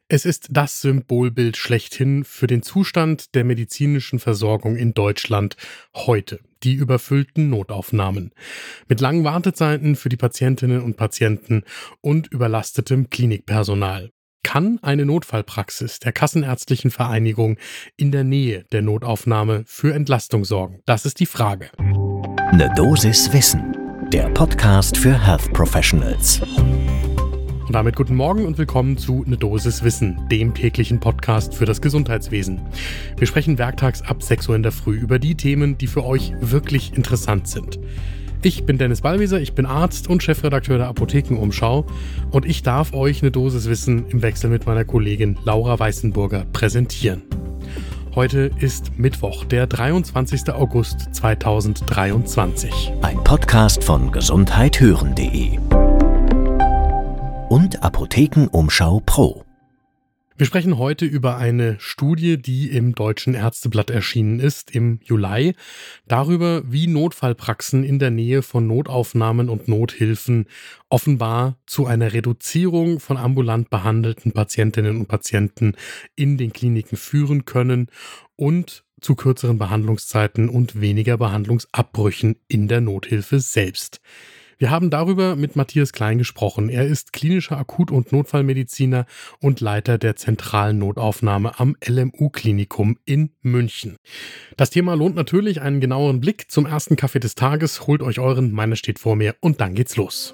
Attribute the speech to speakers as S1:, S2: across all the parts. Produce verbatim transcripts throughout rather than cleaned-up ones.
S1: Es ist das Symbolbild schlechthin für den Zustand der medizinischen Versorgung in Deutschland heute. Die überfüllten Notaufnahmen. Mit langen Wartezeiten für die Patientinnen und Patienten und überlastetem Klinikpersonal. Kann eine Notfallpraxis der Kassenärztlichen Vereinigung in der Nähe der Notaufnahme für Entlastung sorgen? Das ist die Frage.
S2: Ne Dosis Wissen, der Podcast für Health Professionals.
S1: Und damit guten Morgen und willkommen zu Ne Dosis Wissen, dem täglichen Podcast für das Gesundheitswesen. Wir sprechen werktags ab sechs Uhr in der Früh über die Themen, die für euch wirklich interessant sind. Ich bin Dennis Ballwieser, ich bin Arzt und Chefredakteur der Apothekenumschau und ich darf euch Ne Dosis Wissen im Wechsel mit meiner Kollegin Laura Weißenburger präsentieren. Heute ist Mittwoch, der dreiundzwanzigster August zweitausenddreiundzwanzig.
S2: Ein Podcast von gesundheit hören punkt de und Apothekenumschau Pro.
S1: Wir sprechen heute über eine Studie, die im Deutschen Ärzteblatt erschienen ist im Juli, darüber, wie Notfallpraxen in der Nähe von Notaufnahmen und Nothilfen offenbar zu einer Reduzierung von ambulant behandelten Patientinnen und Patienten in den Kliniken führen können und zu kürzeren Behandlungszeiten und weniger Behandlungsabbrüchen in der Nothilfe selbst. Wir haben darüber mit Matthias Klein gesprochen. Er ist klinischer Akut- und Notfallmediziner und Leiter der zentralen Notaufnahme am L M U-Klinikum in München. Das Thema lohnt natürlich einen genaueren Blick. Zum ersten Kaffee des Tages holt euch euren, meiner steht vor mir und dann geht's los.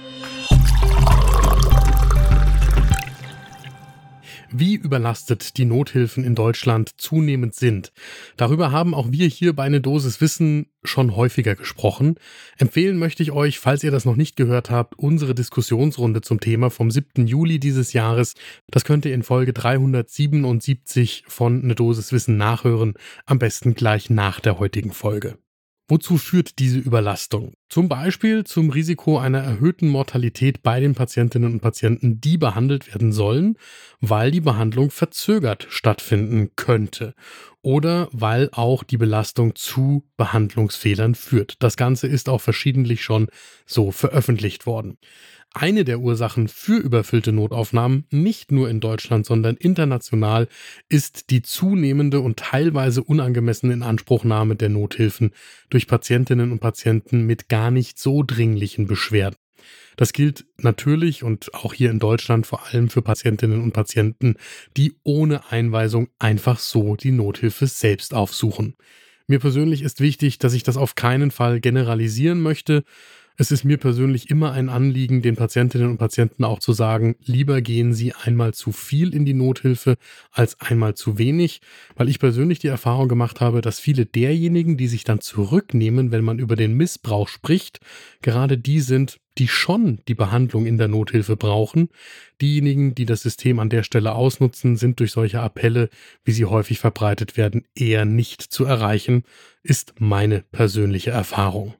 S1: Wie überlastet die Nothilfen in Deutschland zunehmend sind. Darüber haben auch wir hier bei Ne Dosis Wissen schon häufiger gesprochen. Empfehlen möchte ich euch, falls ihr das noch nicht gehört habt, unsere Diskussionsrunde zum Thema vom siebten Juli dieses Jahres. Das könnt ihr in Folge dreihundertsiebenundsiebzig von Ne Dosis Wissen nachhören, am besten gleich nach der heutigen Folge. Wozu führt diese Überlastung? Zum Beispiel zum Risiko einer erhöhten Mortalität bei den Patientinnen und Patienten, die behandelt werden sollen, weil die Behandlung verzögert stattfinden könnte oder weil auch die Belastung zu Behandlungsfehlern führt. Das Ganze ist auch verschiedentlich schon so veröffentlicht worden. Eine der Ursachen für überfüllte Notaufnahmen, nicht nur in Deutschland, sondern international, ist die zunehmende und teilweise unangemessene Inanspruchnahme der Nothilfen durch Patientinnen und Patienten mit gar nicht so dringlichen Beschwerden. Das gilt natürlich und auch hier in Deutschland vor allem für Patientinnen und Patienten, die ohne Einweisung einfach so die Nothilfe selbst aufsuchen. Mir persönlich ist wichtig, dass ich das auf keinen Fall generalisieren möchte. Es ist mir persönlich immer ein Anliegen, den Patientinnen und Patienten auch zu sagen, lieber gehen Sie einmal zu viel in die Nothilfe als einmal zu wenig, weil ich persönlich die Erfahrung gemacht habe, dass viele derjenigen, die sich dann zurücknehmen, wenn man über den Missbrauch spricht, gerade die sind, die schon die Behandlung in der Nothilfe brauchen. Diejenigen, die das System an der Stelle ausnutzen, sind durch solche Appelle, wie sie häufig verbreitet werden, eher nicht zu erreichen, ist meine persönliche Erfahrung.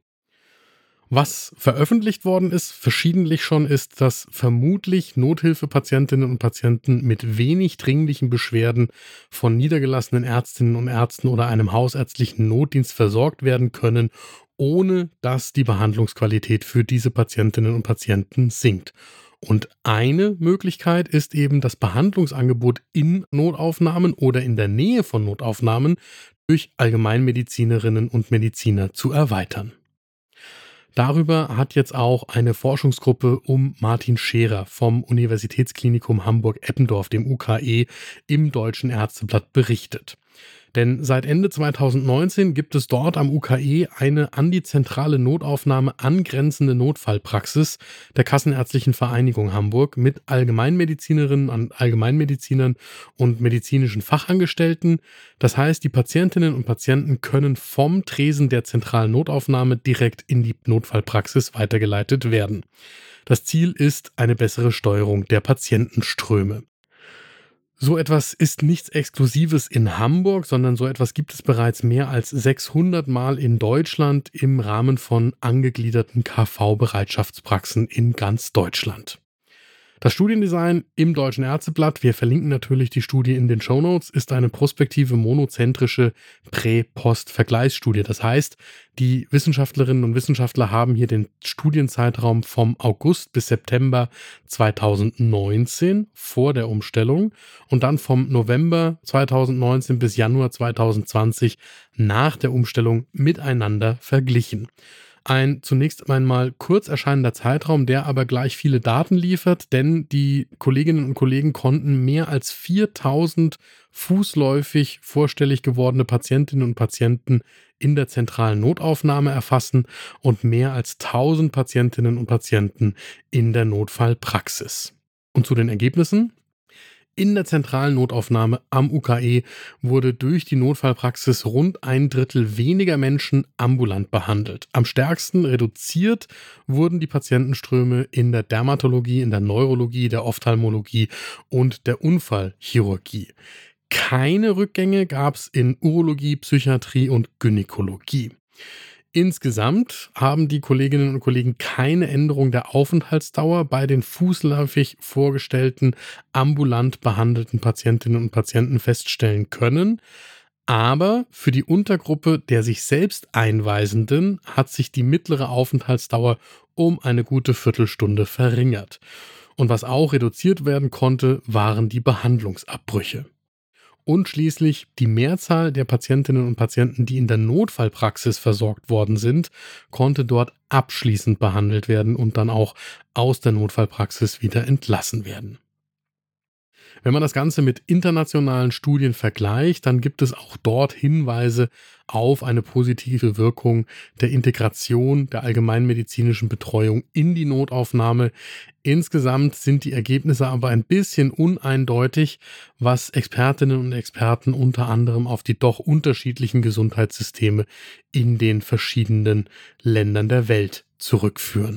S1: Was veröffentlicht worden ist, verschiedentlich schon, ist, dass vermutlich Nothilfepatientinnen und Patienten mit wenig dringlichen Beschwerden von niedergelassenen Ärztinnen und Ärzten oder einem hausärztlichen Notdienst versorgt werden können, ohne dass die Behandlungsqualität für diese Patientinnen und Patienten sinkt. Und eine Möglichkeit ist eben, das Behandlungsangebot in Notaufnahmen oder in der Nähe von Notaufnahmen durch Allgemeinmedizinerinnen und Mediziner zu erweitern. Darüber hat jetzt auch eine Forschungsgruppe um Martin Scherer vom Universitätsklinikum Hamburg-Eppendorf, dem U K E, im Deutschen Ärzteblatt berichtet. Denn seit Ende zweitausendneunzehn gibt es dort am U K E eine an die zentrale Notaufnahme angrenzende Notfallpraxis der Kassenärztlichen Vereinigung Hamburg mit Allgemeinmedizinerinnen und Allgemeinmedizinern und medizinischen Fachangestellten. Das heißt, die Patientinnen und Patienten können vom Tresen der zentralen Notaufnahme direkt in die Notfallpraxis weitergeleitet werden. Das Ziel ist eine bessere Steuerung der Patientenströme. So etwas ist nichts Exklusives in Hamburg, sondern so etwas gibt es bereits mehr als sechshundert Mal in Deutschland im Rahmen von angegliederten K V-Bereitschaftspraxen in ganz Deutschland. Das Studiendesign im Deutschen Ärzteblatt, wir verlinken natürlich die Studie in den Shownotes, ist eine prospektive monozentrische Prä-Post-Vergleichsstudie. Das heißt, die Wissenschaftlerinnen und Wissenschaftler haben hier den Studienzeitraum vom August bis September zweitausendneunzehn vor der Umstellung und dann vom November zweitausendneunzehn bis Januar zweitausendzwanzig nach der Umstellung miteinander verglichen. Ein zunächst einmal kurz erscheinender Zeitraum, der aber gleich viele Daten liefert, denn die Kolleginnen und Kollegen konnten mehr als viertausend fußläufig vorstellig gewordene Patientinnen und Patienten in der zentralen Notaufnahme erfassen und mehr als tausend Patientinnen und Patienten in der Notfallpraxis. Und zu den Ergebnissen? In der zentralen Notaufnahme am U K E wurde durch die Notfallpraxis rund ein Drittel weniger Menschen ambulant behandelt. Am stärksten reduziert wurden die Patientenströme in der Dermatologie, in der Neurologie, der Ophthalmologie und der Unfallchirurgie. Keine Rückgänge gab es in Urologie, Psychiatrie und Gynäkologie. Insgesamt haben die Kolleginnen und Kollegen keine Änderung der Aufenthaltsdauer bei den fußläufig vorgestellten ambulant behandelten Patientinnen und Patienten feststellen können. Aber für die Untergruppe der sich selbst Einweisenden hat sich die mittlere Aufenthaltsdauer um eine gute Viertelstunde verringert. Und was auch reduziert werden konnte, waren die Behandlungsabbrüche. Und schließlich die Mehrzahl der Patientinnen und Patienten, die in der Notfallpraxis versorgt worden sind, konnte dort abschließend behandelt werden und dann auch aus der Notfallpraxis wieder entlassen werden. Wenn man das Ganze mit internationalen Studien vergleicht, dann gibt es auch dort Hinweise auf eine positive Wirkung der Integration der allgemeinmedizinischen Betreuung in die Notaufnahme. Insgesamt sind die Ergebnisse aber ein bisschen uneindeutig, was Expertinnen und Experten unter anderem auf die doch unterschiedlichen Gesundheitssysteme in den verschiedenen Ländern der Welt zurückführen.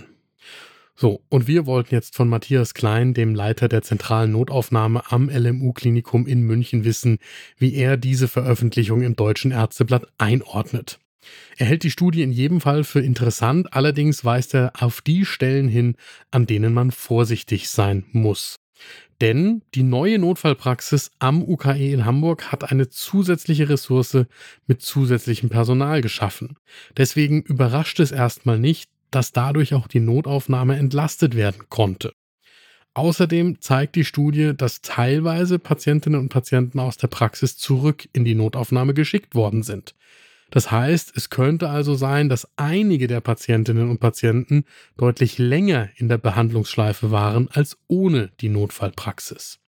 S1: So, und wir wollten jetzt von Matthias Klein, dem Leiter der zentralen Notaufnahme am L M U-Klinikum in München, wissen, wie er diese Veröffentlichung im Deutschen Ärzteblatt einordnet. Er hält die Studie in jedem Fall für interessant, allerdings weist er auf die Stellen hin, an denen man vorsichtig sein muss. Denn die neue Notfallpraxis am U K E in Hamburg hat eine zusätzliche Ressource mit zusätzlichem Personal geschaffen. Deswegen überrascht es erstmal nicht, dass dadurch auch die Notaufnahme entlastet werden konnte. Außerdem zeigt die Studie, dass teilweise Patientinnen und Patienten aus der Praxis zurück in die Notaufnahme geschickt worden sind. Das heißt, es könnte also sein, dass einige der Patientinnen und Patienten deutlich länger in der Behandlungsschleife waren als ohne die Notfallpraxis.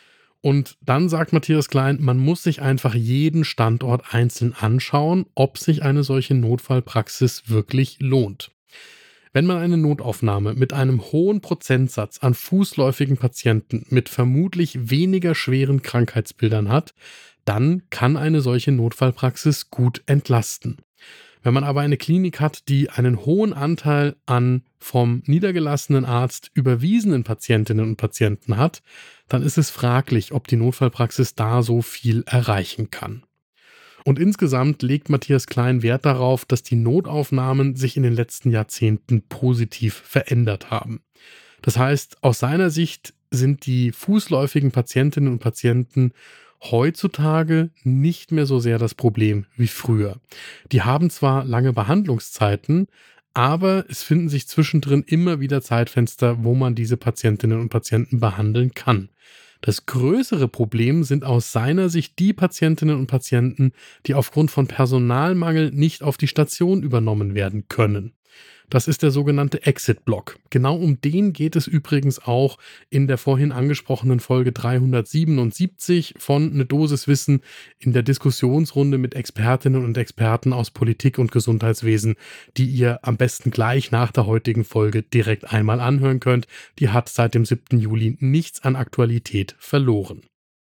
S1: Und dann sagt Matthias Klein, man muss sich einfach jeden Standort einzeln anschauen, ob sich eine solche Notfallpraxis wirklich lohnt. Wenn man eine Notaufnahme mit einem hohen Prozentsatz an fußläufigen Patienten mit vermutlich weniger schweren Krankheitsbildern hat, dann kann eine solche Notfallpraxis gut entlasten. Wenn man aber eine Klinik hat, die einen hohen Anteil an vom niedergelassenen Arzt überwiesenen Patientinnen und Patienten hat, dann ist es fraglich, ob die Notfallpraxis da so viel erreichen kann. Und insgesamt legt Matthias Klein Wert darauf, dass die Notaufnahmen sich in den letzten Jahrzehnten positiv verändert haben. Das heißt, aus seiner Sicht sind die fußläufigen Patientinnen und Patienten heutzutage nicht mehr so sehr das Problem wie früher. Die haben zwar lange Behandlungszeiten, aber es finden sich zwischendrin immer wieder Zeitfenster, wo man diese Patientinnen und Patienten behandeln kann. Das größere Problem sind aus seiner Sicht die Patientinnen und Patienten, die aufgrund von Personalmangel nicht auf die Station übernommen werden können. Das ist der sogenannte Exit-Block. Genau um den geht es übrigens auch in der vorhin angesprochenen Folge dreihundertsiebenundsiebzig von Ne Dosis Wissen in der Diskussionsrunde mit Expertinnen und Experten aus Politik und Gesundheitswesen, die ihr am besten gleich nach der heutigen Folge direkt einmal anhören könnt. Die hat seit dem siebten Juli nichts an Aktualität verloren.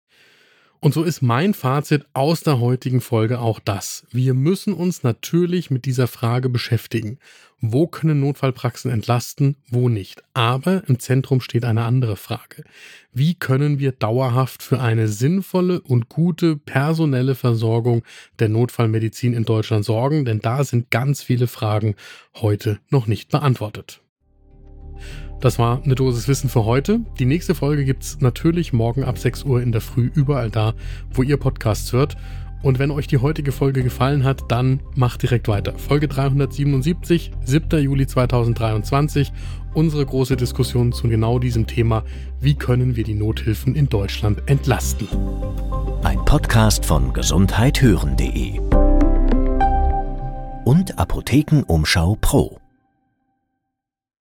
S1: Und so ist mein Fazit aus der heutigen Folge auch das. Wir müssen uns natürlich mit dieser Frage beschäftigen. Wo können Notfallpraxen entlasten, wo nicht? Aber im Zentrum steht eine andere Frage. Wie können wir dauerhaft für eine sinnvolle und gute personelle Versorgung der Notfallmedizin in Deutschland sorgen? Denn da sind ganz viele Fragen heute noch nicht beantwortet. Das war eine Dosis Wissen für heute. Die nächste Folge gibt's natürlich morgen ab sechs Uhr in der Früh überall da, wo ihr Podcasts hört. Und wenn euch die heutige Folge gefallen hat, dann macht direkt weiter. Folge dreihundertsiebenundsiebzig, siebter Juli zweitausenddreiundzwanzig. Unsere große Diskussion zu genau diesem Thema. Wie können wir die Nothilfen in Deutschland entlasten?
S2: Ein Podcast von gesundheit hören punkt de und Apothekenumschau Pro.